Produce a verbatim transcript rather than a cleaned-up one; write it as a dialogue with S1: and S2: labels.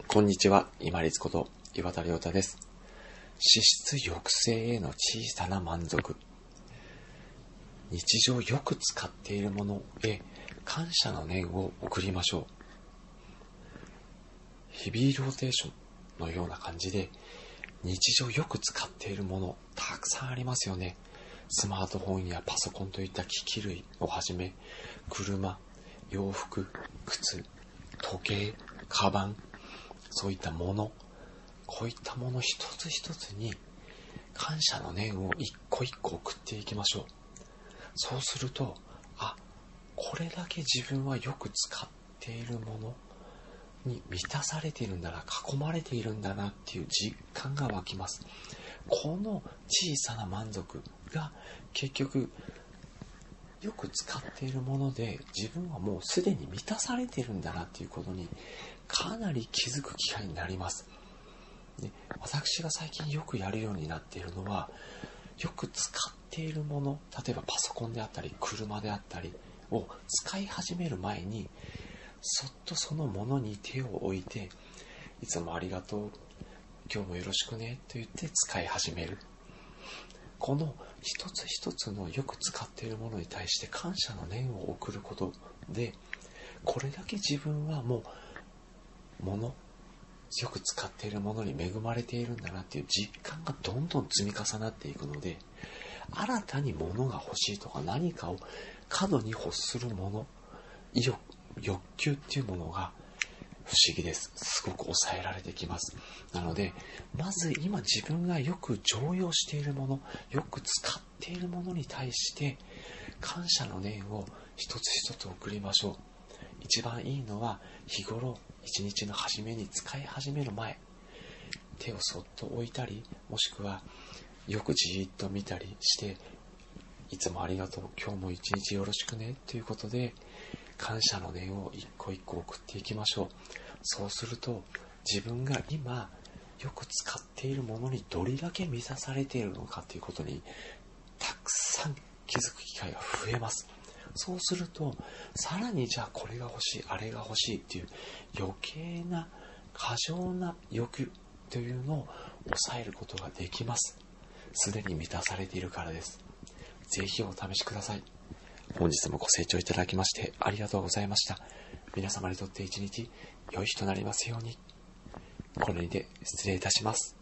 S1: こんにちは、今立こと岩田亮太です。脂質抑制への小さな満足。日常よく使っているものへ感謝の念を送りましょう。日々ローテーションのような感じで、日常よく使っているものたくさんありますよね。スマートフォンやパソコンといった機器類をはじめ、車、洋服、靴、時計、カバン、そういったもの、こういったもの一つ一つに感謝の念を一個一個送っていきましょう。そうすると、あ、これだけ自分はよく使っているものに満たされているんだな、囲まれているんだなっていう実感が湧きます。この小さな満足が結局よく使っているもので、自分はもうすでに満たされているんだなっていうことにかなり気づく機会になります。で、私が最近よくやるようになっているのは、よく使っているもの、例えばパソコンであったり車であったりを使い始める前に、そっとそのものに手を置いて、いつもありがとう、今日もよろしくねと言って使い始める。この一つ一つのよく使っているものに対して感謝の念を送ることで、これだけ自分はもうもの、よく使っているものに恵まれているんだなっていう実感がどんどん積み重なっていくので、新たに物が欲しいとか何かを過度に欲するもの、意欲、欲求っていうものが不思議です。すごく抑えられてきます。なので、まず今自分がよく常用しているもの、よく使っているものに対して感謝の念を一つ一つ送りましょう。一番いいのは日頃一日の初めに使い始める前、手をそっと置いたり、もしくはよくじーっと見たりして、いつもありがとう、今日も一日よろしくねということで感謝の念を一個一個送っていきましょう。そうすると自分が今よく使っているものにどれだけ満たされているのかということにたくさん気づく機会が増えます。そうするとさらにじゃあこれが欲しい、あれが欲しいっていう余計な過剰な欲求というのを抑えることができます。すでに満たされているからです。ぜひお試しください。本日もご清聴いただきましてありがとうございました。皆様にとって一日良い日となりますように。これにて失礼いたします。